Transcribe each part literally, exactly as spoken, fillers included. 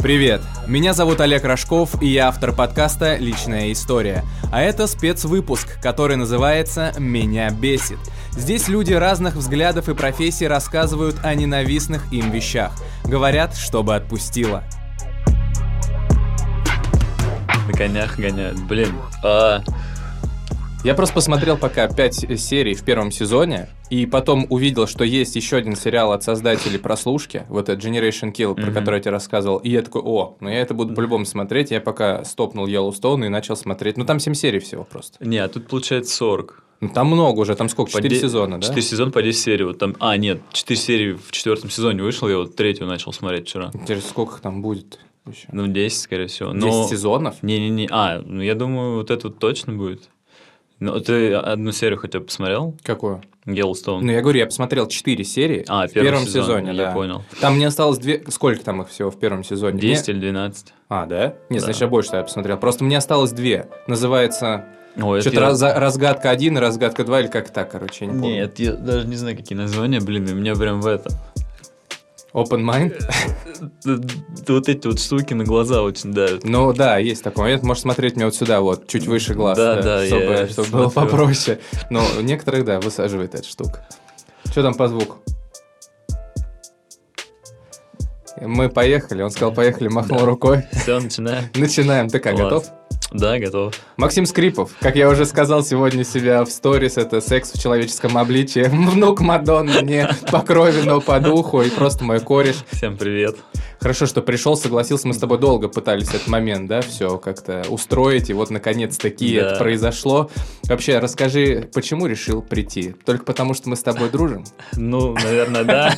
Привет, меня зовут Олег Рожков, и я автор подкаста «Личная история». А это спецвыпуск, который называется «Меня бесит». Здесь люди разных взглядов и профессий рассказывают о ненавистных им вещах. Говорят, чтобы отпустило. На конях гоняют, блин. А... Я просто посмотрел пока пять серий в первом сезоне, и потом увидел, что есть еще один сериал от создателей «Прослушки», вот этот Generation Kill, про mm-hmm. который я тебе рассказывал, и я такой, о, ну я это буду по-любому смотреть, я пока стопнул Yellowstone и начал смотреть, ну там семь серий всего просто. Не, а тут получается сорок. Ну там много уже, там сколько, четыре сезона, да? четыре сезона по десять серий, вот там, а нет, четыре серии в четвертом сезоне вышел, я вот третью начал смотреть вчера. Интересно, сколько там будет еще? Ну десять, скорее всего. десять Но... сезонов? Не-не-не, а, ну я думаю, вот это вот точно будет. Ну, ты одну серию хотя бы посмотрел? Какую? Yellowstone. Ну, я говорю, я посмотрел четыре серии а, в первом сезон, сезоне, я да. понял. Там мне осталось две... Сколько там их всего в первом сезоне? десять мне... или двенадцать. А, да? Нет, да. значит, я больше я посмотрел. Просто мне осталось две. Называется... Ой, что-то я... раз... разгадка один и разгадка два, или как так, короче, я не помню. Нет, я даже не знаю, какие названия, блин, у меня прям в этом... Open Mind? Вот эти вот штуки на глаза очень давят. Ну да, есть такой момент. Можешь смотреть мне вот сюда, вот, чуть выше глаз. Да, да, чтобы, я чтобы было попроще. Но некоторых, да, высаживает эта штука. Что там по звуку? Мы поехали. Он сказал, поехали, махнул да. рукой. Все, начинаем. Начинаем. Ты как, Класс. готов? Да, готов. Максим Скрипов, как я уже сказал сегодня себя в сторис, это секс в человеческом обличии. Внук Мадонны, не по крови, но по духу, и просто мой кореш. Всем привет. Хорошо, что пришел, согласился, мы с тобой долго пытались этот момент, да, все как-то устроить, и вот наконец-таки да. это произошло. Вообще, расскажи, почему решил прийти? Только потому, что мы с тобой дружим? Ну, наверное, да.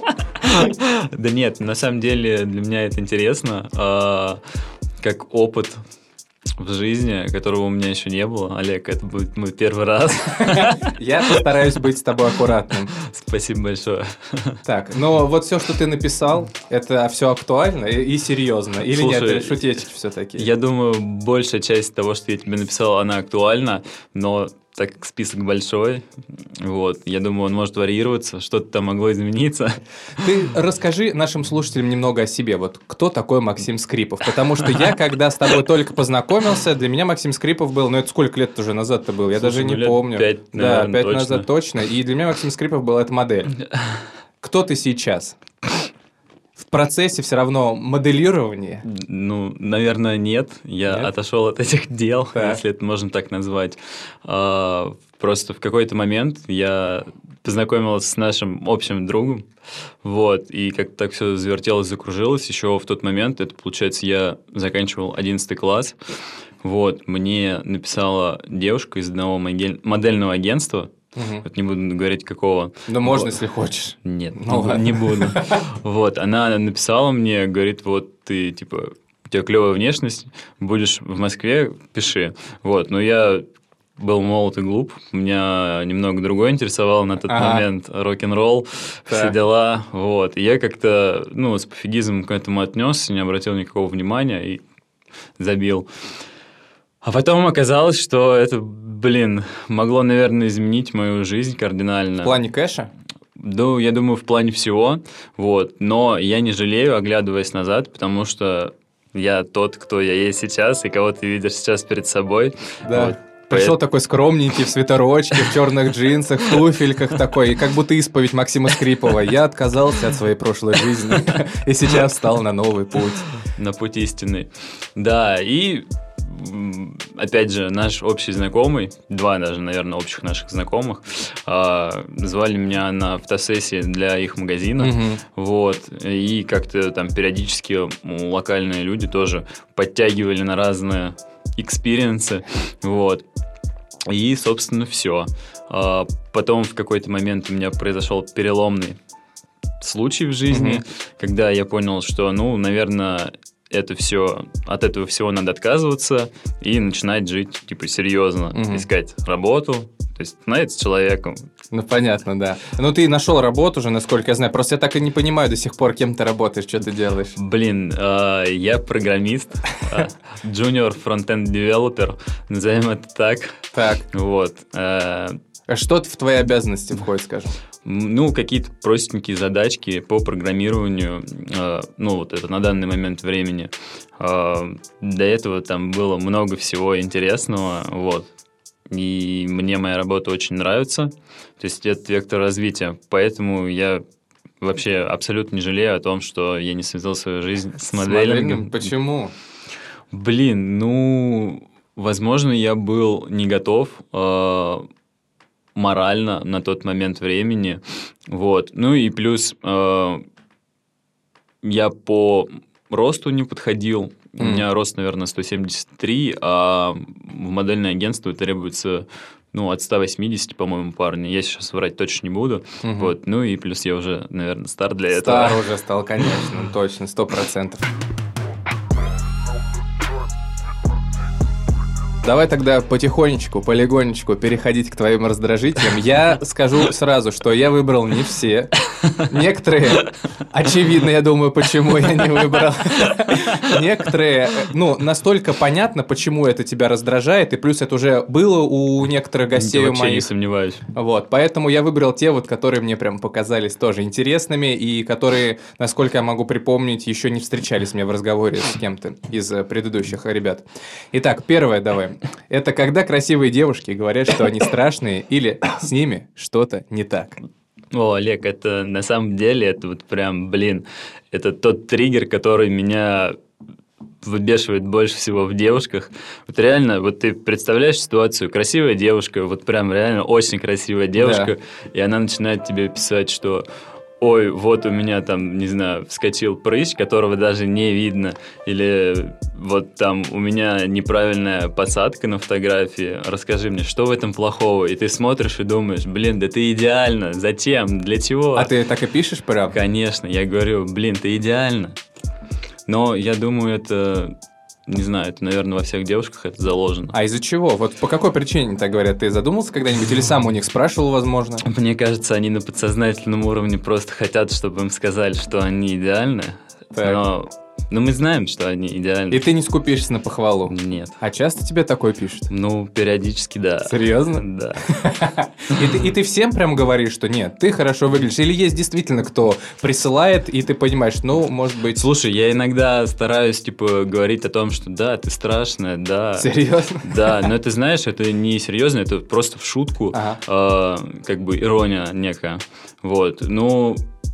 Да нет, на самом деле для меня это интересно, как опыт в жизни, которого у меня еще не было. Олег, это будет мой первый раз. Я постараюсь быть с тобой аккуратным. Спасибо большое. Так, ну вот все, что ты написал, это все актуально и, и серьезно? Или Слушай, нет, это шутечки все-таки? Я думаю, большая часть того, что я тебе написал, она актуальна, но так как список большой, вот, я думаю, он может варьироваться, что-то там могло измениться. Ты расскажи нашим слушателям немного о себе. Вот кто такой Максим Скрипов? Потому что я, когда с тобой только познакомился, для меня Максим Скрипов был, ну это сколько лет уже назад-то был, я Слушай, даже не лет помню. Пять, наверное, да, пять точно. назад точно. И для меня Максим Скрипов был эта модель. Кто ты сейчас? В процессе все равно моделирования? Ну, наверное, нет. Я нет? отошел от этих дел, так. если это можно так назвать. А, просто в какой-то момент я познакомился с нашим общим другом, вот, и как-то так все завертелось, закружилось. Еще в тот момент, это, получается, я заканчивал одиннадцатый класс, вот, мне написала девушка из одного модельного агентства. Угу. Вот не буду говорить, какого. Да можно, вот. если хочешь. Нет, ну, не, не буду. Вот, она написала мне, говорит, вот ты, типа, у тебя клевая внешность, будешь в Москве, пиши. Вот, но я был молод и глуп, меня немного другое интересовало на тот ага. момент, рок-н-ролл, так. все дела, вот. И я как-то, ну, с пофигизмом к этому отнесся, не обратил никакого внимания и забил. А потом оказалось, что это, блин, могло, наверное, изменить мою жизнь кардинально. В плане кэша? Да, я думаю, в плане всего, вот. Но я не жалею, оглядываясь назад, потому что я тот, кто я есть сейчас, и кого ты видишь сейчас перед собой. Да. Вот. Пришел Поэт... такой скромненький, в свитерочке, в черных джинсах, в туфельках такой, и как будто исповедь Максима Скрипова. Я отказался от своей прошлой жизни и сейчас встал на новый путь. На путь истинный. Да, и... Опять же, наш общий знакомый, два даже, наверное, общих наших знакомых, э, звали меня на фотосессии для их магазина, mm-hmm. вот, и как-то там периодически локальные люди тоже подтягивали на разные экспириенсы, вот, и, собственно, все. Э, потом в какой-то момент у меня произошел переломный случай в жизни, mm-hmm. когда я понял, что, ну, наверное... это все, от этого всего надо отказываться и начинать жить, типа, серьезно, угу. искать работу, то есть становиться человеком. Ну, понятно, да. Ну, ты нашел работу уже, насколько я знаю, просто я так и не понимаю до сих пор, кем ты работаешь, что ты делаешь. Блин, э, я программист, junior front-end developer, назовем это так. Так. Вот. А что в твои обязанности входит, скажем? Ну, какие-то простенькие задачки по программированию, э, ну, вот это на данный момент времени. Э, до этого там было много всего интересного, вот. И мне моя работа очень нравится, то есть это вектор развития, поэтому я вообще абсолютно не жалею о том, что я не связал свою жизнь с, с моделингом. моделингом. Почему? Блин, ну, возможно, я был не готов э, морально на тот момент времени, вот. Ну и плюс э, я по росту не подходил. У mm. меня рост, наверное, сто семьдесят три, а в модельное агентство требуется, ну, от ста восьмидесяти, по-моему, парни. Я сейчас врать точно не буду. Mm-hmm. Вот. Ну и плюс я уже, наверное, стар для стар этого. Стар уже стал, конечно, точно, сто процентов. Давай тогда потихонечку, полигонечку переходить к твоим раздражителям. Я скажу сразу, что я выбрал не все. Некоторые, очевидно, я думаю, почему я не выбрал. Некоторые, ну, настолько понятно, почему это тебя раздражает, и плюс это уже было у некоторых гостей я у моих. вообще не сомневаюсь. Вот, поэтому я выбрал те, вот, которые мне прям показались тоже интересными, и которые, насколько я могу припомнить, еще не встречались мне в разговоре с кем-то из предыдущих ребят. Итак, первое давай. Это когда красивые девушки говорят, что они страшные, или с ними что-то не так. О, Олег, это на самом деле, это вот прям, блин, это тот триггер, который меня выбешивает больше всего в девушках. Вот реально, вот ты представляешь ситуацию, красивая девушка, вот прям реально очень красивая девушка, да. И она начинает тебе писать, что... Ой, вот у меня там, не знаю, вскочил прыщ, которого даже не видно. Или вот там у меня неправильная посадка на фотографии. Расскажи мне, что в этом плохого? И ты смотришь и думаешь, блин, да ты идеальна. Зачем? Для чего? А ты так и пишешь, правда? Конечно. Я говорю, блин, ты идеальна. Но я думаю, это... Не знаю, это, наверное, во всех девушках это заложено. А из-за чего? Вот по какой причине так говорят? Ты задумался когда-нибудь или сам у них спрашивал, возможно? Мне кажется, они на подсознательном уровне просто хотят, чтобы им сказали, что они идеальны. Так. Но... Но мы знаем, что они идеальны. И ты не скупишься на похвалу? Нет. А часто тебе такое пишут? Ну, периодически, да. Серьезно? Да. И ты, и ты всем прям говоришь, что нет, ты хорошо выглядишь? Или есть действительно кто присылает, и ты понимаешь, ну, может быть... Слушай, я иногда стараюсь, типа, говорить о том, что да, ты страшная, да. Серьезно? Да, но это, знаешь, это не серьезно, это просто в шутку, ага. э, как бы ирония некая. Вот, ну...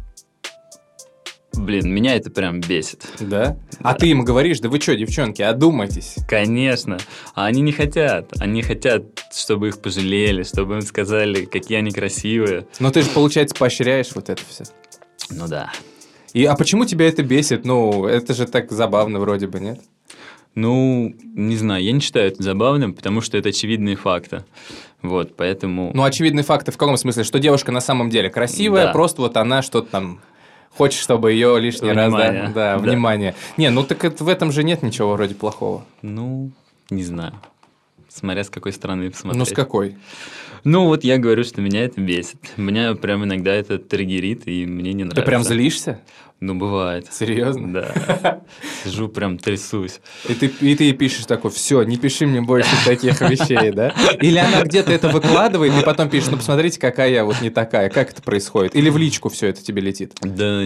Блин, меня это прям бесит. Да? Да. А ты им говоришь, да вы что, девчонки, одумайтесь. Конечно. А они не хотят. Они хотят, чтобы их пожалели, чтобы им сказали, какие они красивые. Но ты же, получается, поощряешь вот это все. Ну да. И, а почему тебя это бесит? Ну, это же так забавно вроде бы, нет? Ну, не знаю, я не считаю это забавным, потому что это очевидные факты. Вот, поэтому... Ну, очевидные факты в каком смысле? Что девушка на самом деле красивая, да. Просто вот она что-то там... Хочешь, чтобы ее лишний внимание. раз... Да, да, да, внимание. Не, ну так это, в этом же нет ничего вроде плохого. Ну, не знаю. Смотря с какой стороны посмотреть. Ну, с какой? Ну, вот я говорю, что меня это бесит. Меня прям иногда это триггерит, и мне не нравится. Ты прям злишься? Ну, бывает. Серьезно? Да. Сижу, прям трясусь. И ты, и ты пишешь такой, все, не пиши мне больше таких вещей, да? Или она где-то это выкладывает, и потом пишет, ну, посмотрите, какая я вот не такая. Как это происходит? Или в личку все это тебе летит? Да,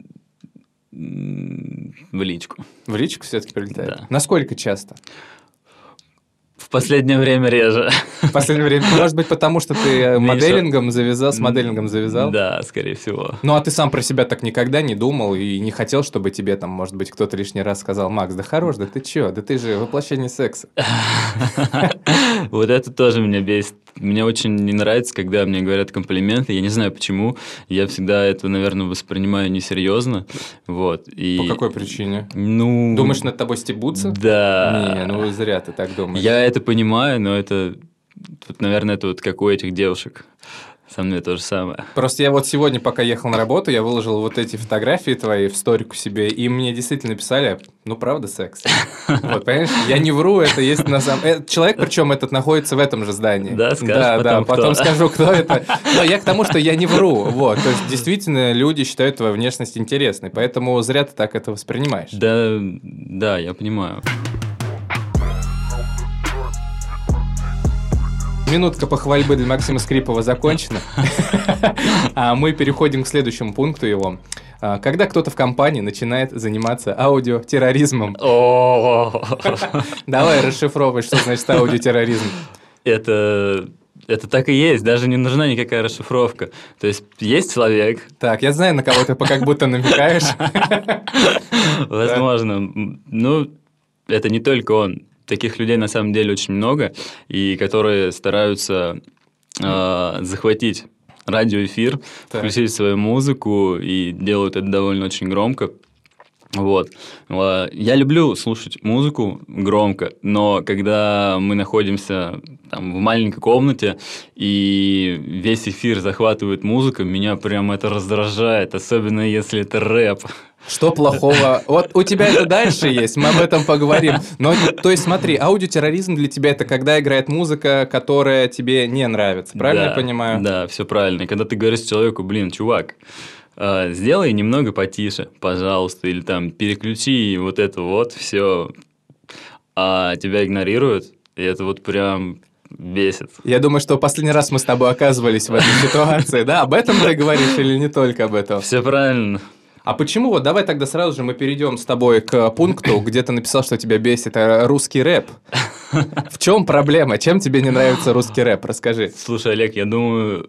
в личку. В личку все-таки прилетает? Да. Насколько часто? В последнее время реже. В последнее время? Может быть, потому что ты моделингом завязал, с моделингом завязал? Да, скорее всего. Ну, а ты сам про себя так никогда не думал и не хотел, чтобы тебе там, может быть, кто-то лишний раз сказал, Макс, да хорош, да ты чё, да ты же воплощение секса. Вот это тоже меня бесит. Мне очень не нравится, когда мне говорят комплименты. Я не знаю почему. Я всегда это, наверное, воспринимаю несерьезно. Вот. И... По какой причине? Ну... Думаешь, над тобой стебутся? Да. Не, ну зря ты так думаешь. Я это понимаю, но это... Тут, наверное, это вот как у этих девушек. Со мной то же самое. Просто я вот сегодня, пока ехал на работу, я выложил вот эти фотографии твои в сторику себе, и мне действительно писали, ну, правда, секс. Вот, понимаешь, я не вру, это есть на самом... Человек, причем этот, находится в этом же здании. Да, скажешь да, потом, да, кто. потом скажу, кто это. Но я к тому, что я не вру, вот. То есть, действительно, люди считают твою внешность интересной, поэтому зря ты так это воспринимаешь. Да, да, я понимаю. минутка похвальбы для Максима Скрипова закончена. А мы переходим к следующему пункту его. Когда кто-то в компании начинает заниматься аудиотерроризмом. Давай расшифровывай, что значит аудиотерроризм. Это... Это так и есть, даже не нужна никакая расшифровка. То есть, есть человек... Так, я знаю, на кого ты как будто намекаешь. Возможно. Ну, это не только он. Таких людей на самом деле очень много, и которые стараются э, захватить радиоэфир, так. включить свою музыку, и делают это довольно очень громко. Вот. Я люблю слушать музыку громко, но когда мы находимся там, в маленькой комнате, и весь эфир захватывает музыка, меня прям это раздражает, особенно если это рэп. Что плохого? Вот у тебя это дальше есть, мы об этом поговорим. Но, то есть, смотри, аудиотерроризм для тебя это когда играет музыка, которая тебе не нравится, правильно да, я понимаю? Да, все правильно. И когда ты говоришь человеку, блин, чувак, сделай немного потише, пожалуйста, или там переключи вот это вот, все, а тебя игнорируют, и это вот прям бесит. Я думаю, что последний раз мы с тобой оказывались в этой ситуации, да? Об этом ты говоришь или не только об этом? Все правильно. А почему? Вот давай тогда сразу же мы перейдем с тобой к пункту, где ты написал, что тебя бесит русский рэп. В чем проблема? Чем тебе не нравится русский рэп? Расскажи. Слушай, Олег, я думаю...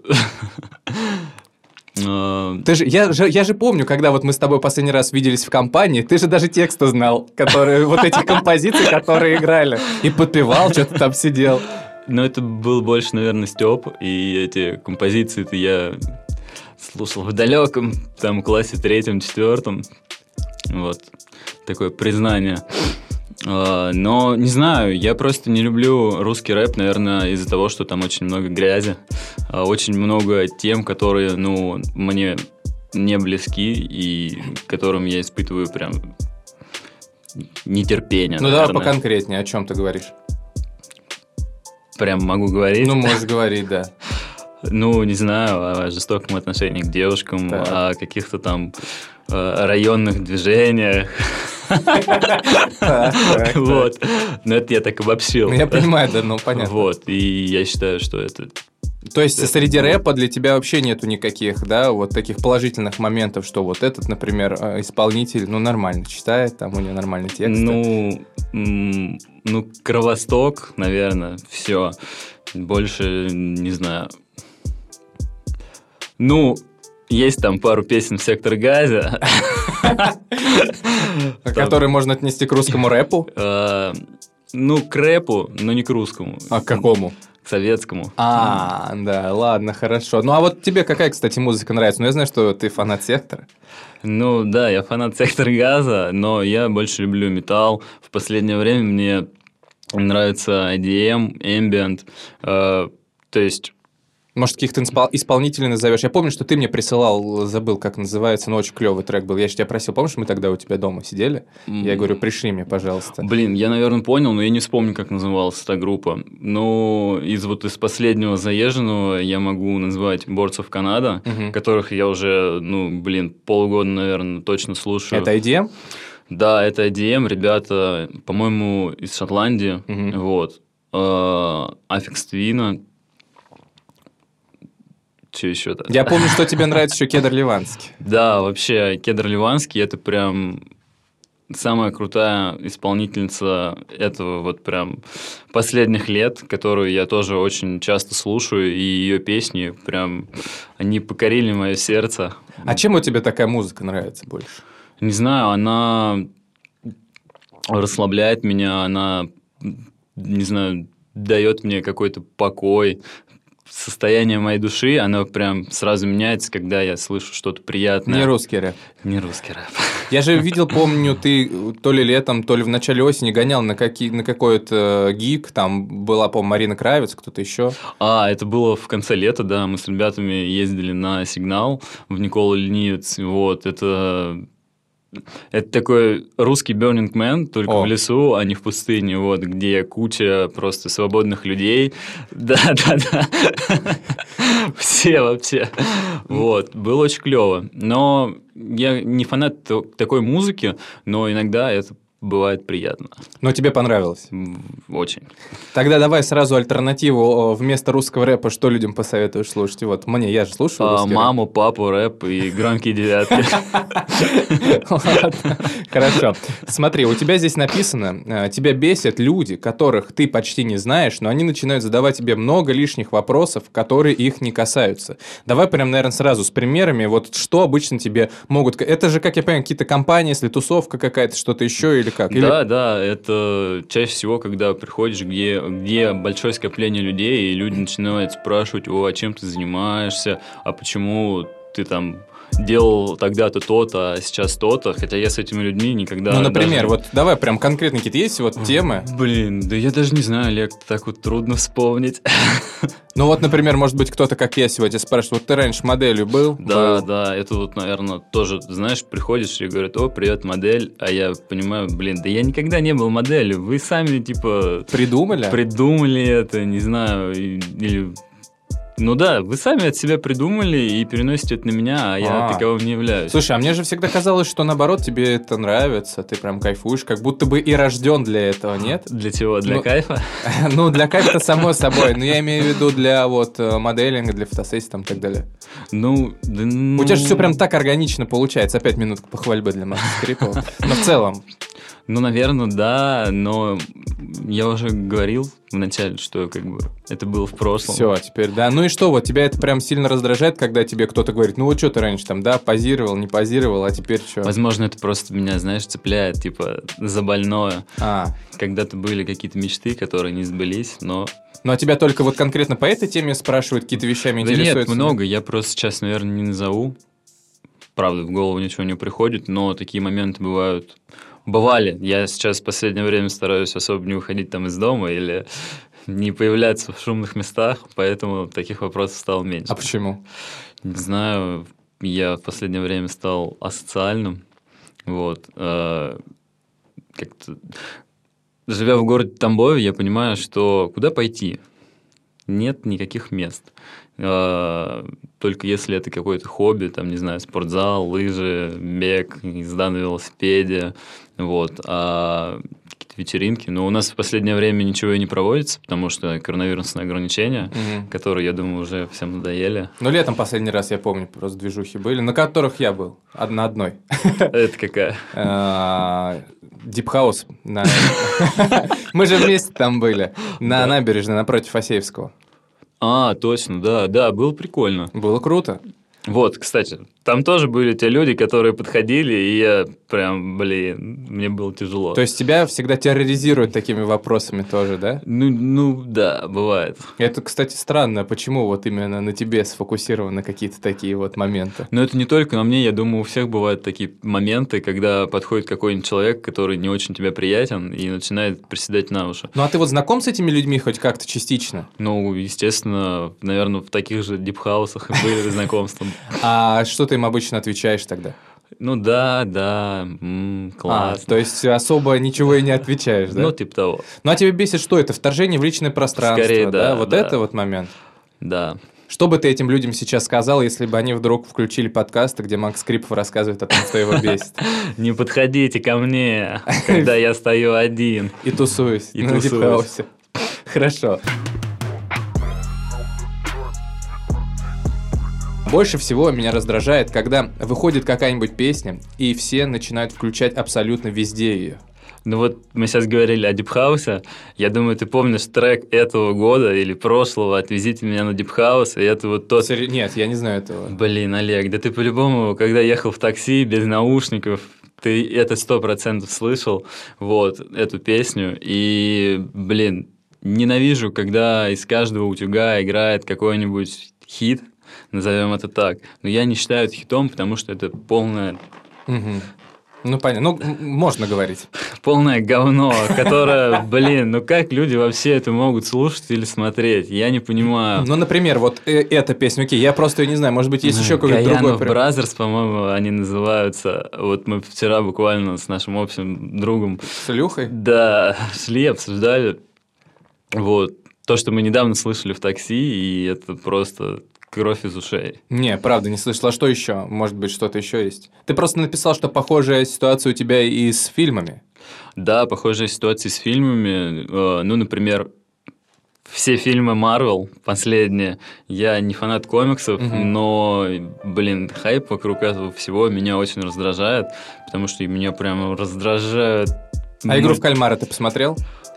Ты же, я, же, я же помню, когда вот мы с тобой последний раз виделись в компании, ты же даже тексты знал, которые, вот эти композиции, которые играли, и подпевал, что-то там сидел. Ну, это был больше, наверное, Стёп, и эти композиции-то я слушал в далеком там классе третьем, четвертом, вот, такое признание. Но, не знаю, я просто не люблю русский рэп, наверное, из-за того, что там очень много грязи, очень много тем, которые, ну, мне не близки и которым я испытываю прям нетерпение. Ну, наверное. Давай поконкретнее, о чем ты говоришь? Прям могу говорить? Ну, можешь говорить, да. Ну, не знаю, о жестоком отношении к девушкам, так. О каких-то там районных движениях. Вот. Но это я так обобщил. Я понимаю, да, ну понятно. Вот, и я считаю, что это... То есть среди рэпа для тебя вообще нету никаких, да, вот таких положительных моментов, что вот этот, например, исполнитель, ну, нормально читает, там у него нормальный текст. Ну, ну, Кровосток, наверное, все. Больше, не знаю... Ну, есть там пару песен в «Сектор газа». Которые можно отнести к русскому рэпу? Ну, к рэпу, но не к русскому. А к какому? К советскому. А, да, ладно, хорошо. Ну, а вот тебе какая, кстати, музыка нравится? Ну, я знаю, что ты фанат «Сектора». Ну, да, я фанат «Сектор газа», но я больше люблю металл. В последнее время мне нравится ай ди эм, ambient, то есть... Может, каких-то исполнителей назовешь? Я помню, что ты мне присылал, забыл, как называется, но очень клевый трек был. Я же тебя просил, помнишь, мы тогда у тебя дома сидели? Mm. Я говорю, пришли мне, пожалуйста. Блин, я, наверное, понял, но я не вспомню, как называлась эта группа. Но из вот из последнего заезженного я могу назвать Boards of Canada, mm-hmm. которых я уже, ну, блин, полгода, наверное, точно слушаю. Это ай ди эм? Да, это ай ди эм, ребята, по-моему, из Шотландии. Mm-hmm. Вот. Аффикс Твина. Что еще-то? Я помню, что тебе нравится еще Кедр Ливанский. Да, вообще, Кедр Ливанский – это прям самая крутая исполнительница этого вот прям последних лет, которую я тоже очень часто слушаю, и ее песни прям, они покорили мое сердце. А чем у тебя такая музыка нравится больше? Не знаю, она расслабляет меня, она, не знаю, дает мне какой-то покой. Состояние моей души, оно прям сразу меняется, когда я слышу что-то приятное. Не русский рэп. Не русский рэп. Я же видел, помню, ты то ли летом, то ли в начале осени гонял на, какие, на какой-то гиг, там была, по-моему, Марина Кравец, кто-то еще. А, это было в конце лета, да, мы с ребятами ездили на «Сигнал» в Никола Ленивец, вот, это... Это такой русский Burning Man, только О. в лесу, а не в пустыне, вот, где куча просто свободных людей. Да-да-да. Все вообще. Вот, было очень клево. Но я не фанат такой музыки, но иногда это бывает приятно. Но тебе понравилось? Очень. Тогда давай сразу альтернативу. Вместо русского рэпа что людям посоветуешь слушать? Вот мне, я же слушаю а, русский Маму, рэп. папу, рэп и громкие девятки. Хорошо. Смотри, у тебя здесь написано, тебя бесят люди, которых ты почти не знаешь, но они начинают задавать тебе много лишних вопросов, которые их не касаются. Давай прям, наверное, сразу с примерами. Вот что обычно тебе могут... Это же, как я понимаю, какие-то компании, если тусовка какая-то, что-то еще или как? Или... Да, да, это чаще всего, когда приходишь, где, где большое скопление людей, и люди начинают спрашивать: о, а чем ты занимаешься, а почему ты там делал тогда-то то-то, а сейчас то-то, хотя я с этими людьми никогда... Ну, например, даже... вот давай прям конкретно какие-то есть вот темы? Блин, да я даже не знаю, Олег, так вот трудно вспомнить. Ну вот, например, может быть, кто-то, как я сегодня, спрашивает: вот ты раньше моделью был? Да, был? да, это вот, наверное, тоже, знаешь, приходишь и говорят: о, привет, модель, а я понимаю, блин, да я никогда не был моделью, вы сами, типа... Придумали? Придумали это, не знаю, или... Ну да, вы сами от себя придумали и переносите это на меня, а я А. таковым не являюсь. Слушай, а мне же всегда казалось, что наоборот тебе это нравится, ты прям кайфуешь, как будто бы и рожден для этого, нет? Для чего? Для Ну, кайфа? Ну, для кайфа само собой, но я имею в виду для вот э, моделинга, для фотосессий там и так далее. Ну, да, ну... У тебя же все прям так органично получается. Опять минутку похвальбы для Макса Скрипова. Но в целом... Ну, наверное, да, но я уже говорил вначале, что как бы это было в прошлом. Все, теперь, да. Ну и что, вот тебя это прям сильно раздражает, когда тебе кто-то говорит: ну вот что ты раньше там, да, позировал, не позировал, а теперь что? Возможно, это просто меня, знаешь, цепляет, типа, за больное. А. Когда-то были какие-то мечты, которые не сбылись, но... Ну а тебя только вот конкретно по этой теме спрашивают, какие-то вещами Да интересуются? нет, много, я просто сейчас, наверное, не назову. Правда, в голову ничего не приходит, но такие моменты бывают... Бывали. Я сейчас в последнее время стараюсь особо не выходить там из дома или не появляться в шумных местах, поэтому таких вопросов стало меньше. А почему? Не знаю, я в последнее время стал асоциальным. Вот. Э, как-то... Живя в городе Тамбове, я понимаю, что куда пойти? Нет никаких мест. Э, только если это какое-то хобби, там, не знаю, спортзал, лыжи, бег, езда на велосипеде, вот, а какие-то вечеринки. Но у нас в последнее время ничего и не проводится, потому что коронавирусные ограничения, Угу. которые, я думаю, уже всем надоели. Ну летом последний раз, я помню, просто движухи были, на которых я был, од- на одной. Это какая? Дипхаус. Мы же вместе там были, на набережной, напротив Асеевского. А, точно, да, да, было прикольно. Было круто. Вот, кстати, там тоже были те люди, которые подходили, и я прям, блин, мне было тяжело. То есть тебя всегда терроризируют такими вопросами тоже, да? Ну, ну да, бывает. Это, кстати, странно, почему вот именно на тебе сфокусированы какие-то такие вот моменты. Но это не только на мне, я думаю, у всех бывают такие моменты, когда подходит какой-нибудь человек, который не очень тебе приятен, и начинает приседать на уши. Ну а ты вот знаком с этими людьми хоть как-то частично? Ну, естественно, наверное, в таких же дипхаусах и были знакомства. А что ты им обычно отвечаешь тогда? Ну да, да, м, А, классно. то есть особо ничего и не отвечаешь, да? Ну, типа того, Ну а тебе бесит что это? Вторжение в личное пространство, Скорее, да, Вот да. это вот момент. да. Что бы ты этим людям сейчас сказал, если бы они вдруг включили подкасты, где Макс Скрипов рассказывает о том, что его бесит? Не подходите ко мне, когда я стою один. И тусуюсь. И на тусуюсь. дипхаусе. Хорошо. Больше всего меня раздражает, когда выходит какая-нибудь песня, и все начинают включать абсолютно везде ее. Ну вот мы сейчас говорили о дипхаусе. Я думаю, ты помнишь трек этого года или прошлого «Отвезите меня на дипхаус», и это вот тот... Сери- Нет, я не знаю этого. Блин, Олег, да ты по-любому, когда ехал в такси без наушников, ты это сто процентов слышал, вот, эту песню. И, блин, ненавижу, когда из каждого утюга играет какой-нибудь хит, назовем это так. Но я не считаю это хитом, потому что это полное... Мгм. Ну, понятно. Ну, м- можно говорить. Полное говно, которое, блин, ну как люди вообще это могут слушать или смотреть? Я не понимаю. Ну, например, вот э- эта песня, окей, я просто ее не знаю, может быть, есть еще какой-то другой... Каянов прям- Бразерс, по-моему, они называются. Вот мы вчера буквально с нашим общим другом, С Илюхой? да, шли, обсуждали. Вот. То, что мы недавно слышали в такси, и это просто кровь из ушей. Не, правда, не слышал. А что еще? Может быть, что-то еще есть? Ты просто написал, что похожая ситуация у тебя и с фильмами. Да, похожая ситуация с фильмами. Э, ну, например, все фильмы Marvel последние. Я не фанат комиксов, угу. но, блин, хайп вокруг этого всего меня очень раздражает, потому что меня прям раздражают... А ну... «Игру в кальмара» ты посмотрел?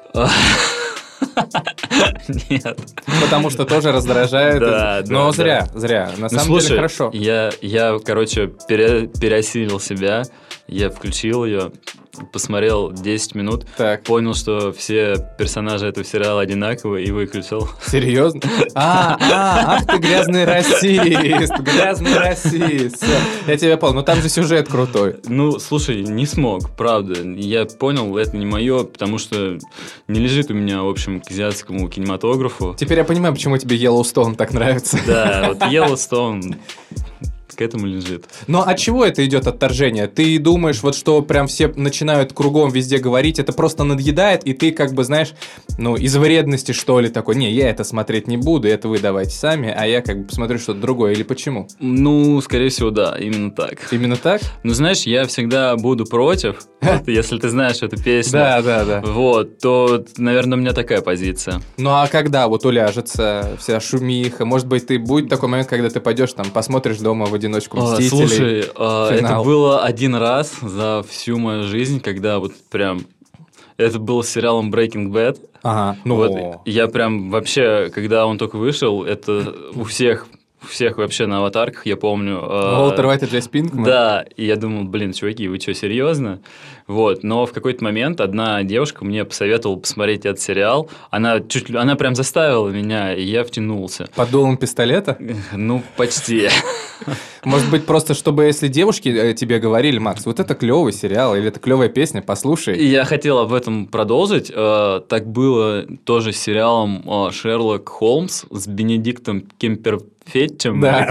Нет. Потому что тоже раздражает. Да, но да, зря, да. зря. На ну, самом слушай, деле хорошо. Я, я короче, пере, переосилил себя. Я включил ее, посмотрел десять минут, так. понял, что все персонажи этого сериала одинаковые, и выключил. Серьезно? А, а, ах ты грязный расист, грязный расист. Все, я тебя понял, но там же сюжет крутой. Ну, слушай, не смог, правда. Я понял, это не мое, потому что не лежит у меня, в общем, к азиатскому кинематографу. Теперь я понимаю, почему тебе Йеллоустоун так нравится. Да, вот Йеллоустоун... к этому лежит. Но от чего это идет отторжение? Ты думаешь, вот что прям все начинают кругом везде говорить, это просто надъедает, и ты как бы, знаешь, ну, из вредности, что ли, такой, не, я это смотреть не буду, это вы давайте сами, а я как бы посмотрю что-то другое, или почему? Ну, скорее всего, да, именно так. Именно так? Ну, знаешь, я всегда буду против, вот, если ты знаешь эту песню. Да, да, да. Вот, то, наверное, у меня такая позиция. Ну, а когда вот уляжется вся шумиха, может быть, ты будет такой момент, когда ты пойдешь там, посмотришь дома в одиночку «Мстителей». Слушай, а, это было один раз за всю мою жизнь, когда вот прям... Это был с сериалом Breaking Bad. Ага, ну... Вот, я прям вообще, когда он только вышел, это у всех... У всех вообще на аватарках, я помню. Уолтер Уайт и Джесс Пинкман? Да, и я думал, блин, чуваки, вы что, серьезно? Вот, но в какой-то момент одна девушка мне посоветовала посмотреть этот сериал. Она чуть она прям заставила меня, и я втянулся. Под дулом пистолета? Ну, почти. Может быть, просто чтобы, если девушки тебе говорили, Макс, вот это клевый сериал, или это клевая песня, послушай. Я хотел об этом продолжить. Так было тоже с сериалом «Шерлок Холмс» с Бенедиктом Кембербэтчем. Да,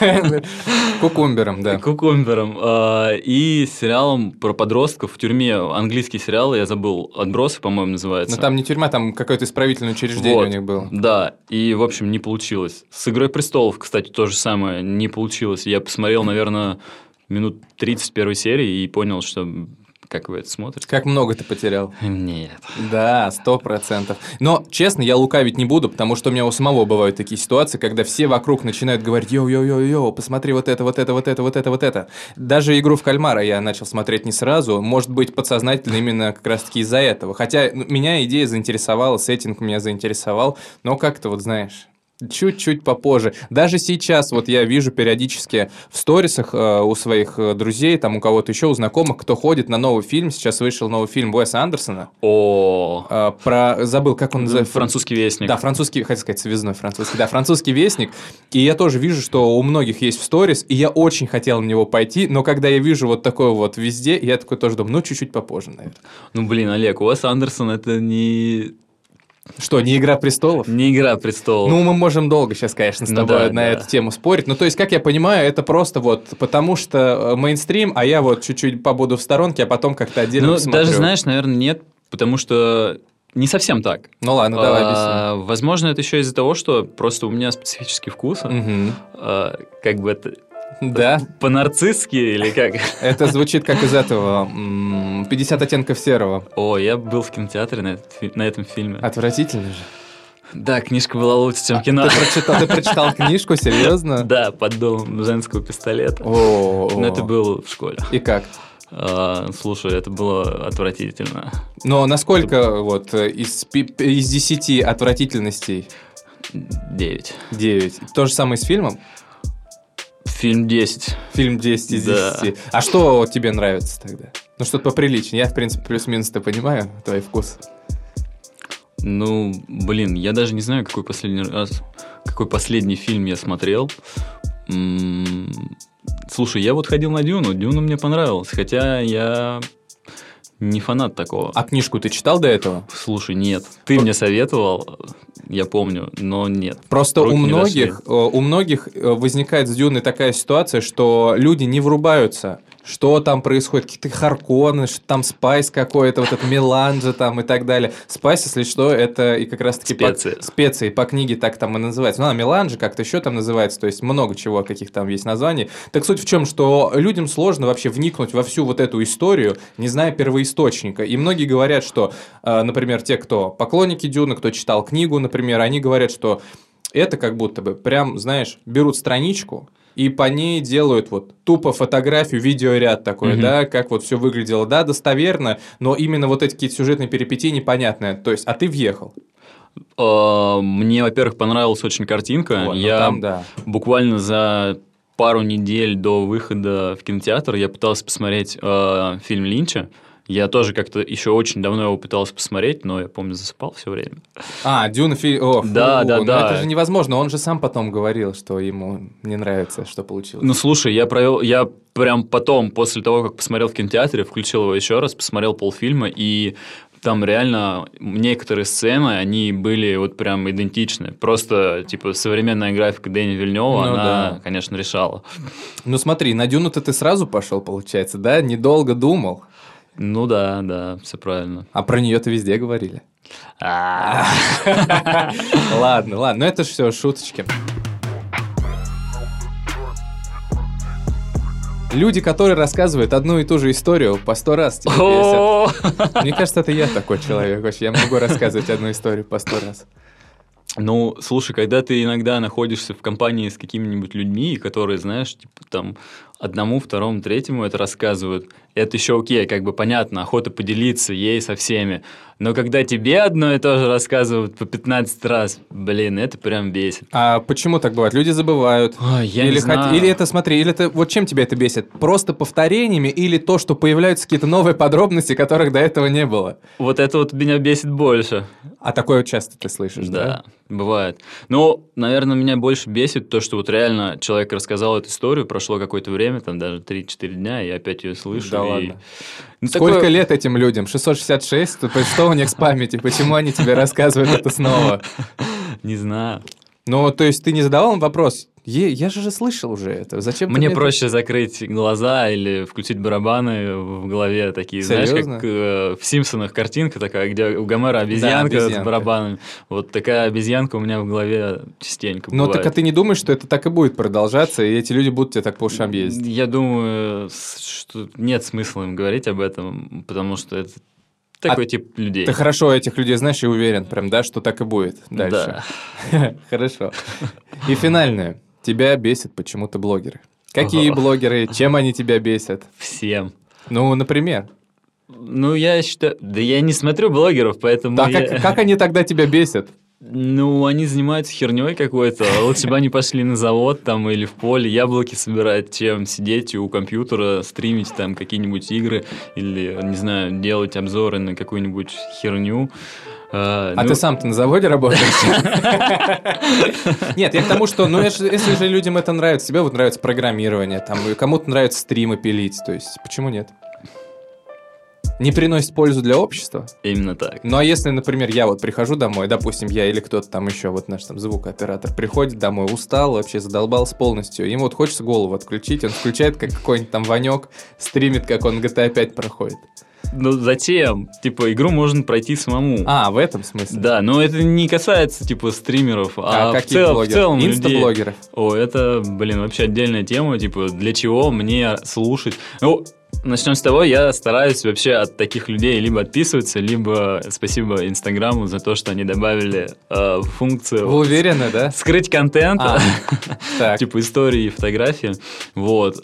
Кукумбером, да. Кукумбером. И сериалом про подростков в тюрьме. Английский сериал, я забыл, «Отбросы», по-моему, называется. Но там не тюрьма, там какое-то исправительное учреждение вот, у них было. Да, и, в общем, не получилось. С «Игрой престолов», кстати, то же самое, не получилось. Я посмотрел, наверное, минут тридцать первой серии и понял, что... Как вы это смотрите? Как много ты потерял? Нет. Да, сто процентов. Но, честно, я лукавить не буду, потому что у меня у самого бывают такие ситуации, когда все вокруг начинают говорить: йоу-йоу-йоу-йоу, посмотри вот это, вот это, вот это, вот это, вот это. Даже «Игру в кальмара» я начал смотреть не сразу, может быть, подсознательно именно как раз-таки из-за этого. Хотя меня идея заинтересовала, сеттинг меня заинтересовал, но как-то вот, знаешь... Чуть-чуть попозже. Даже сейчас вот я вижу периодически в сторисах э, у своих э, друзей, там у кого-то еще, у знакомых, кто ходит на новый фильм. Сейчас вышел новый фильм Уэса Андерсона. О, э, про забыл, как он называется. «Французский вестник». Да, французский, хотел сказать, связной французский. Да, «Французский вестник». И я тоже вижу, что у многих есть в сторис, и я очень хотел на него пойти, но когда я вижу вот такое вот везде, я такой тоже думаю, ну, чуть-чуть попозже, наверное. Ну, блин, Олег, Уэс Андерсон — это не... Что, не «Игра престолов»? Не «Игра престолов». Ну, мы можем долго сейчас, конечно, с ну, тобой да, на да. эту тему спорить. Ну, то есть, как я понимаю, это просто вот потому что мейнстрим, а я вот чуть-чуть побуду в сторонке, а потом как-то отдельно ну, посмотрю. Даже, знаешь, наверное, нет, потому что не совсем так. Ну, ладно, давай а, объясни. Возможно, это еще из-за того, что просто у меня специфический вкус. Угу. А, как бы это... Да. По-нарцисски или как? Это звучит как из этого «пятьдесят оттенков серого». О, я был в кинотеатре на, этот, на этом фильме. Отвратительно же. Да, книжка была лучше, чем кино. Ты прочитал, ты прочитал книжку, серьезно? Да, «Под дулом женского пистолета». О, но это было в школе. И как? А, слушай, это было отвратительно. Но насколько вот из, из десяти отвратительностей? Девять. Девять. То же самое с фильмом? Фильм десять. Фильм десять из десяти. Да. А что тебе нравится тогда? Ну, что-то поприличнее. Я, в принципе, плюс-минус-то понимаю твой вкус. Ну, блин, я даже не знаю, какой последний раз, какой последний фильм я смотрел. М-м- Слушай, я вот ходил на Дюну. Дюна мне понравилась, хотя я не фанат такого. А книжку ты читал до этого? Слушай, нет. Ты мне советовал, я помню, но нет. Просто у многих, у многих возникает с Дюной такая ситуация, что люди не врубаются что там происходит, какие-то Харконны, что там спайс какой-то, вот это меланжа там и так далее. Спайс, если что, это и как раз-таки специи. По, специи, по книге так там и называется. Ну, а меланжа как-то еще там называется, то есть много чего, каких там есть названий. Так суть в чем, что людям сложно вообще вникнуть во всю вот эту историю, не зная первоисточника. И многие говорят, что, например, те, кто поклонники Дюны, кто читал книгу, например, они говорят, что это как будто бы прям, знаешь, берут страничку, и по ней делают вот тупо фотографию, видеоряд такой, mm-hmm. да, как вот все выглядело, да, достоверно, но именно вот эти какие-то сюжетные перипетии непонятные. То есть, а ты въехал? Мне, во-первых, понравилась очень картинка. Вот, я там, да. буквально за пару недель до выхода в кинотеатр я пытался посмотреть э, фильм Линча. Я тоже как-то еще очень давно его пытался посмотреть, но я, помню, засыпал все время. А, Дюна фильм... О, фу, да, да, ну да. Это же невозможно. Он же сам потом говорил, что ему не нравится, что получилось. Ну, слушай, я провел... Я прям потом, после того, как посмотрел в кинотеатре, включил его еще раз, посмотрел полфильма, и там реально некоторые сцены, они были вот прям идентичны. Просто, типа, современная графика Дэни Вильнёва, ну, она, да. конечно, решала. Ну, смотри, на Дюну-то ты сразу пошел, получается, да? Недолго думал. Ну да, да, все правильно. А про нее-то везде говорили. Ладно, ладно, но это же все шуточки. Люди, которые рассказывают одну и ту же историю по сто раз тебя бесят. Мне кажется, это я такой человек. Я могу рассказывать одну историю по сто раз. Ну, слушай, когда ты иногда находишься в компании с какими-нибудь людьми, которые, знаешь, типа там одному, второму, третьему это рассказывают, это еще окей, как бы понятно, охота поделиться ей со всеми. Но когда тебе одно и то же рассказывают по пятнадцать раз, блин, это прям бесит. А почему так бывает? Люди забывают. Ой, я или не знаю. Хот... Или это, смотри, или это... Вот чем тебя это бесит? Просто повторениями или то, что появляются какие-то новые подробности, которых до этого не было? Вот это вот меня бесит больше. А такое часто ты слышишь, да? Да, бывает. Но, наверное, меня больше бесит то, что вот реально человек рассказал эту историю, прошло какое-то время, там даже три-четыре дня, и я опять ее слышу. Да и... ладно. Ну, Сколько такое... лет этим людям? шестьсот шестьдесят шесть? Что у них с памятью? Почему они тебе рассказывают это снова? Не знаю. Ну, то есть ты не задавал им вопрос? Е- я же слышал уже это. Зачем Мне ты проще это... закрыть глаза или включить барабаны в голове такие, Серьезно? знаешь, как э, в «Симпсонах» картинка такая, где у Гомера обезьянка, да, обезьянка с барабанами. Вот такая обезьянка у меня в голове частенько Ну, бывает. так а ты не думаешь, что это так и будет продолжаться, и эти люди будут тебе так по ушам ездить? Я думаю, что нет смысла им говорить об этом, потому что это такой а тип людей. Ты хорошо этих людей знаешь и уверен, прям, да, что так и будет дальше? Да. Хорошо. И финальное. Тебя бесит почему-то блогеры. Какие блогеры? Чем они тебя бесят? Всем. Ну, например? Ну, я считаю... Да я не смотрю блогеров, поэтому... Так, я... как, как они тогда тебя бесят? Ну, они занимаются херней какой-то. Лучше бы они пошли на завод там или в поле яблоки собирать, чем сидеть у компьютера, стримить там какие-нибудь игры или, не знаю, делать обзоры на какую-нибудь херню. А, а ну... ты сам-то на заводе работаешь? Нет, я к тому, что, ну, если же людям это нравится, тебе вот нравится программирование, там, кому-то нравится стримы пилить, то есть, почему нет? Не приносит пользу для общества? Именно так. Ну, а если, например, я вот прихожу домой, допустим, я или кто-то там еще, вот наш там звукооператор, приходит домой, устал, вообще задолбался полностью, ему вот хочется голову отключить, он включает, как какой-нибудь там Ванек, стримит, как он джи ти эй пять проходит. Ну, зачем? Типа, игру можно пройти самому. А, в этом смысле? Да, но это не касается, типа, стримеров, а, а в, каких цел, блогеров? в целом Инстаблогеров? О, это, блин, вообще отдельная тема, типа, для чего мне слушать? Ну, начнем с того, я стараюсь вообще от таких людей либо отписываться, либо спасибо Инстаграму за то, что они добавили э, функцию... Вы уверены, да? Скрыть контент, а, типа, истории и фотографии, вот...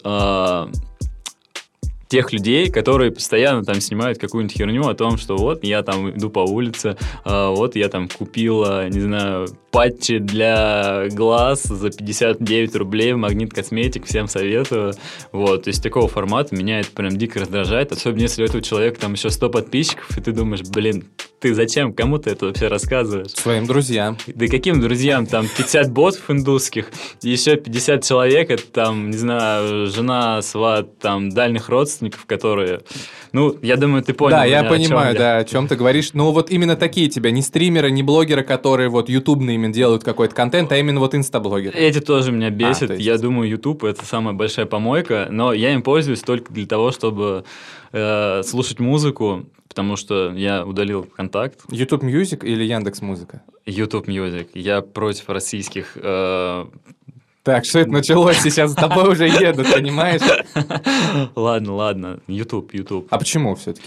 тех людей, которые постоянно там снимают какую-нибудь херню о том, что вот я там иду по улице, а, вот я там купила, не знаю, патчи для глаз за пятьдесят девять рублей в Магнит Косметик, всем советую. Вот, то есть такого формата меня это прям дико раздражает, особенно если у этого человека там еще сто подписчиков, и ты думаешь, блин, Ты зачем? Кому ты это вообще рассказываешь? Своим друзьям. Да каким друзьям? Там пятьдесят ботов индусских, еще пятьдесят человек, это там, не знаю, жена, сват, там, дальних родственников, которые... Ну, я думаю, ты понял. Да, я меня, понимаю, о чем да, я. о чем ты говоришь. Ну, вот именно такие тебя, не стримеры, не блогеры, которые вот ютубными делают какой-то контент, а именно вот инстаблогеры. Эти тоже меня бесят. А, есть... Я думаю, YouTube — это самая большая помойка, но я им пользуюсь только для того, чтобы э, слушать музыку, потому что я удалил контакт. YouTube Music или Яндекс Музыка? YouTube Music. Я против российских... Э... Так, что это началось? Сейчас с тобой уже едут, понимаешь? Ладно, ладно. YouTube, YouTube. А почему все-таки?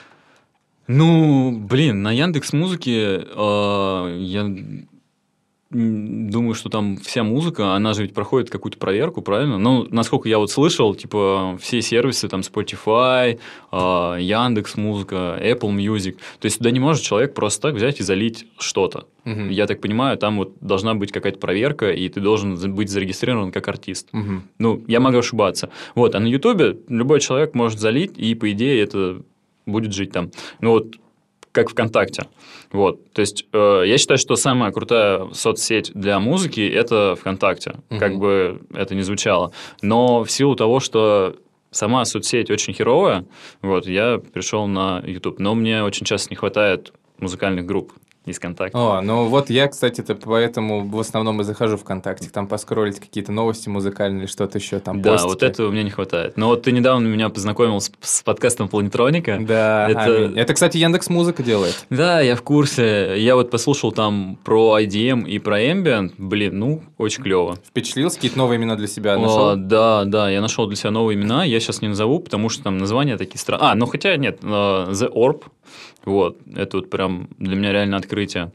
Ну, блин, на Яндекс.Музыке э, я думаю, что там вся музыка, она же ведь проходит какую-то проверку, правильно? Ну, насколько я вот слышал, типа, все сервисы, там, Spotify, э, Яндекс.Музыка, Apple Music, то есть туда не может человек просто так взять и залить что-то. Угу. Я так понимаю, там вот должна быть какая-то проверка, и ты должен быть зарегистрирован как артист. Угу. Ну, я могу ошибаться. Вот, а на Ютубе любой человек может залить, и, по идее, это будет жить там. Ну, вот, как ВКонтакте. Вот. То есть, э, я считаю, что самая крутая соцсеть для музыки – это ВКонтакте. Угу. Как бы это ни звучало. Но в силу того, что сама соцсеть очень херовая, вот, я пришел на YouTube. Но мне очень часто не хватает музыкальных групп из ВКонтакте. О, ну вот я, кстати-то, поэтому в основном и захожу в ВКонтакте, там поскроллить какие-то новости музыкальные или что-то еще там. Да, постики. Вот этого у меня не хватает. Но вот ты недавно меня познакомил с, с подкастом Планетроника. Да, это... это, кстати, Яндекс.Музыка делает. Да, я в курсе. Я вот послушал там про ай ди эм и про Ambient. Блин, ну, очень клево. Впечатлился? Какие-то новые имена для себя нашел? О, да, да, я нашел для себя новые имена. Я сейчас не назову, потому что там названия такие странные. А, ну хотя нет, The Orb. Вот, это вот прям для меня реально открытие.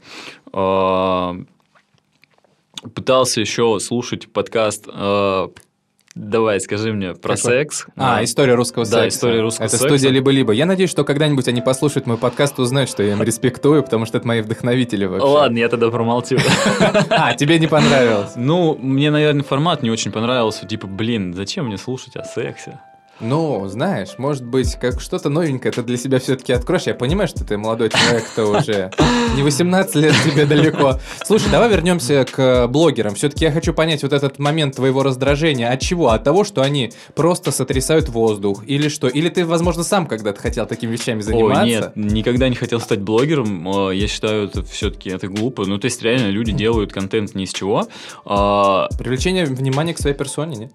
Пытался еще слушать подкаст «Давай, скажи мне про Какой? секс». А, «История русского да, секса». «История русского это секса». Это студия «Либо-либо». Я надеюсь, что когда-нибудь они послушают мой подкаст и узнают, что я им респектую, потому что это мои вдохновители вообще. Ладно, я тогда промолчу. А, тебе не понравилось? Ну, мне, наверное, формат не очень понравился. Типа, блин, зачем мне слушать о сексе? Ну, знаешь, может быть, как что-то новенькое ты для себя все-таки откроешь. Я понимаю, что ты молодой человек, кто уже не восемнадцать лет, тебе далеко. Слушай, давай вернемся к блогерам. Все-таки я хочу понять вот этот момент твоего раздражения. От чего? От того, что они просто сотрясают воздух? Или что? Или ты, возможно, сам когда-то хотел такими вещами заниматься? Ой, нет, никогда не хотел стать блогером. Я считаю, это все-таки это глупо. Ну, то есть, реально, люди делают контент ни с чего. Привлечение внимания к своей персоне, нет?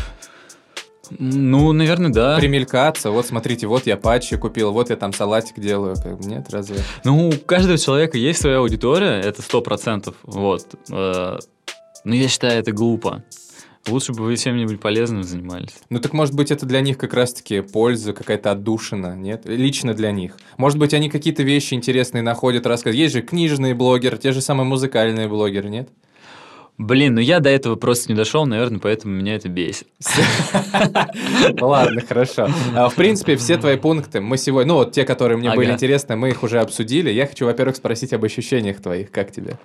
Ну, наверное, да. Примелькаться, вот смотрите, вот я патчи купил, вот я там салатик делаю. Нет, разве? Ну, у каждого человека есть своя аудитория, это сто процентов. Вот. Но я считаю, это глупо. Лучше бы вы чем-нибудь полезным занимались. Ну так, может быть, это для них как раз-таки польза, какая-то отдушина, нет? Лично для них. Может быть, они какие-то вещи интересные находят, рассказывают. Есть же книжные блогеры, те же самые музыкальные блогеры, нет? Блин, ну я до этого просто не дошел, наверное, поэтому меня это бесит. Ладно, хорошо. В принципе, все твои пункты мы сегодня... Ну, вот те, которые мне были интересны, мы их уже обсудили. Я хочу, во-первых, спросить об ощущениях твоих. Как тебе?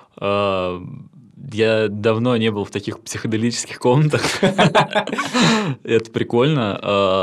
Я давно не был в таких психоделических комнатах. Это прикольно.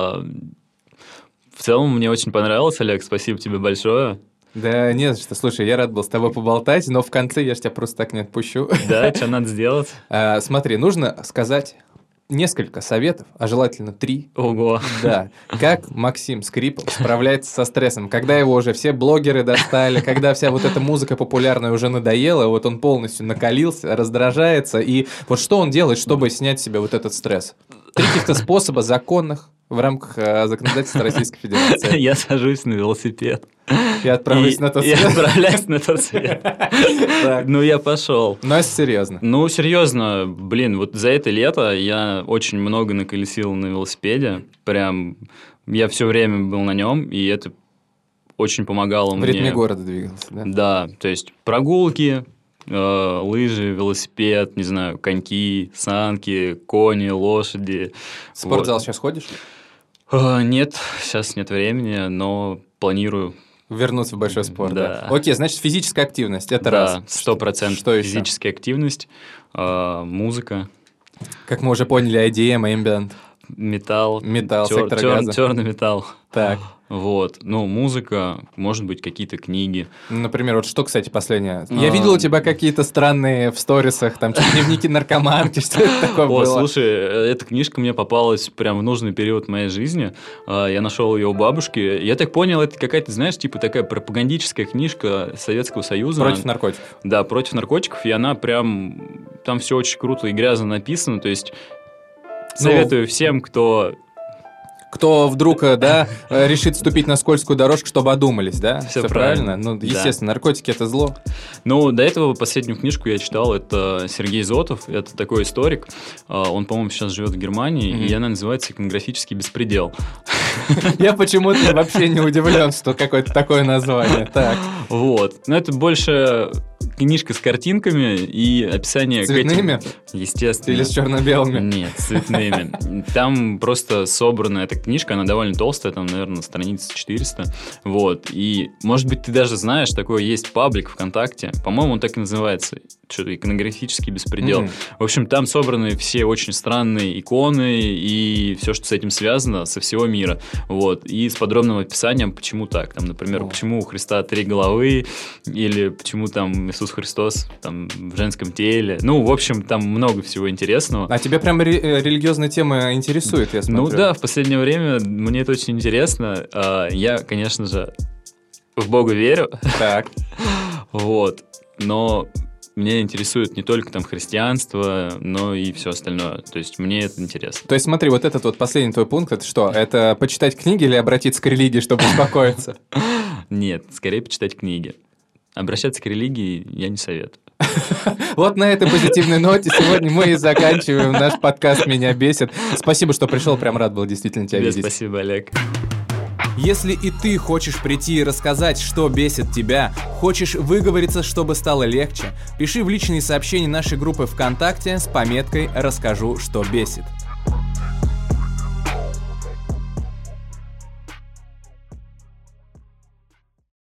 В целом, мне очень понравилось, Олег. Спасибо тебе большое. Да не за что. Слушай, я рад был с тобой поболтать, но в конце я же тебя просто так не отпущу. Да, что надо сделать? А, смотри, нужно сказать несколько советов, а желательно три. Ого. Да. Как Максим Скрипов справляется со стрессом, когда его уже все блогеры достали, когда вся вот эта музыка популярная уже надоела, вот он полностью накалился, раздражается, и вот что он делает, чтобы снять с себя вот этот стресс? Три каких-то способа законных в рамках э, законодательства Российской Федерации. Я сажусь на велосипед. И отправляюсь на тот свет. И отправляюсь на тот свет. Ну, я пошел. Но это серьезно. Ну, серьезно, блин, вот за это лето я очень много наколесил на велосипеде. Прям, я все время был на нем, и это очень помогало мне. В ритме города двигался, да? Да, то есть прогулки, лыжи, велосипед, не знаю, коньки, санки, кони, лошади. В спортзал сейчас ходишь? Нет, сейчас нет времени, но планирую. Вернуться в большой спорт, да. да. Окей, значит, физическая активность, это да, раз. Да, сто процентов Что физическая еще? активность, э, музыка. Как мы уже поняли, ай ди эм, Ambient. Металл. Металл, чер- сектор чер- газа. Черный металл. Так. Вот. Ну, музыка, может быть, какие-то книги. Например, вот что, кстати, последнее? Я а... видел у тебя какие-то странные в сторисах, там, дневники наркоманки, что это такое было? О, слушай, эта книжка мне попалась прям в нужный период моей жизни. Я нашел ее у бабушки. Я так понял, это какая-то, знаешь, типа такая пропагандическая книжка Советского Союза. Против наркотиков. Да, против наркотиков, и она прям... Там все очень круто и грязно написано, то есть советую ну... всем, кто... Кто вдруг, да, решит вступить на скользкую дорожку, чтобы одумались, да? Все, Все правильно? правильно? Ну, естественно, да. Наркотики – это зло. Ну, до этого последнюю книжку я читал, это Сергей Зотов, это такой историк, он, по-моему, сейчас живет в Германии, mm-hmm. и она называется «Иконографический беспредел». Я почему-то вообще не удивлен, что какое-то такое название. Так. Вот. Но это больше книжка с картинками и описание... Цветными? Этим... Естественно. Или с черно-белыми? Нет, с цветными. Там просто собрана эта книжка, она довольно толстая, там, наверное, страниц четыреста. Вот. И, может быть, ты даже знаешь, такой есть паблик ВКонтакте. По-моему, он так и называется. Что-то «Иконографический беспредел». Mm-hmm. В общем, там собраны все очень странные иконы и все, что с этим связано, со всего мира. Вот. И с подробным описанием, почему так. Там, например, oh. почему у Христа три головы, или почему там Иисус Христос там, в женском теле. Ну, в общем, там много всего интересного. А тебя прям ре- религиозная тема интересует, я смотрю. Ну да, в последнее время мне это очень интересно. Я, конечно же, в Бога верю. Так. Вот. Но... Меня интересует не только там христианство, но и все остальное. То есть мне это интересно. То есть смотри, вот этот вот последний твой пункт, это что? Это почитать книги или обратиться к религии, чтобы успокоиться? Нет, скорее почитать книги. Обращаться к религии я не советую. Вот на этой позитивной ноте сегодня мы и заканчиваем наш подкаст «Меня бесит». Спасибо, что пришел, прям рад был действительно тебя видеть. Спасибо, Олег. Если и ты хочешь прийти и рассказать, что бесит тебя, хочешь выговориться, чтобы стало легче, пиши в личные сообщения нашей группы ВКонтакте с пометкой «Расскажу, что бесит».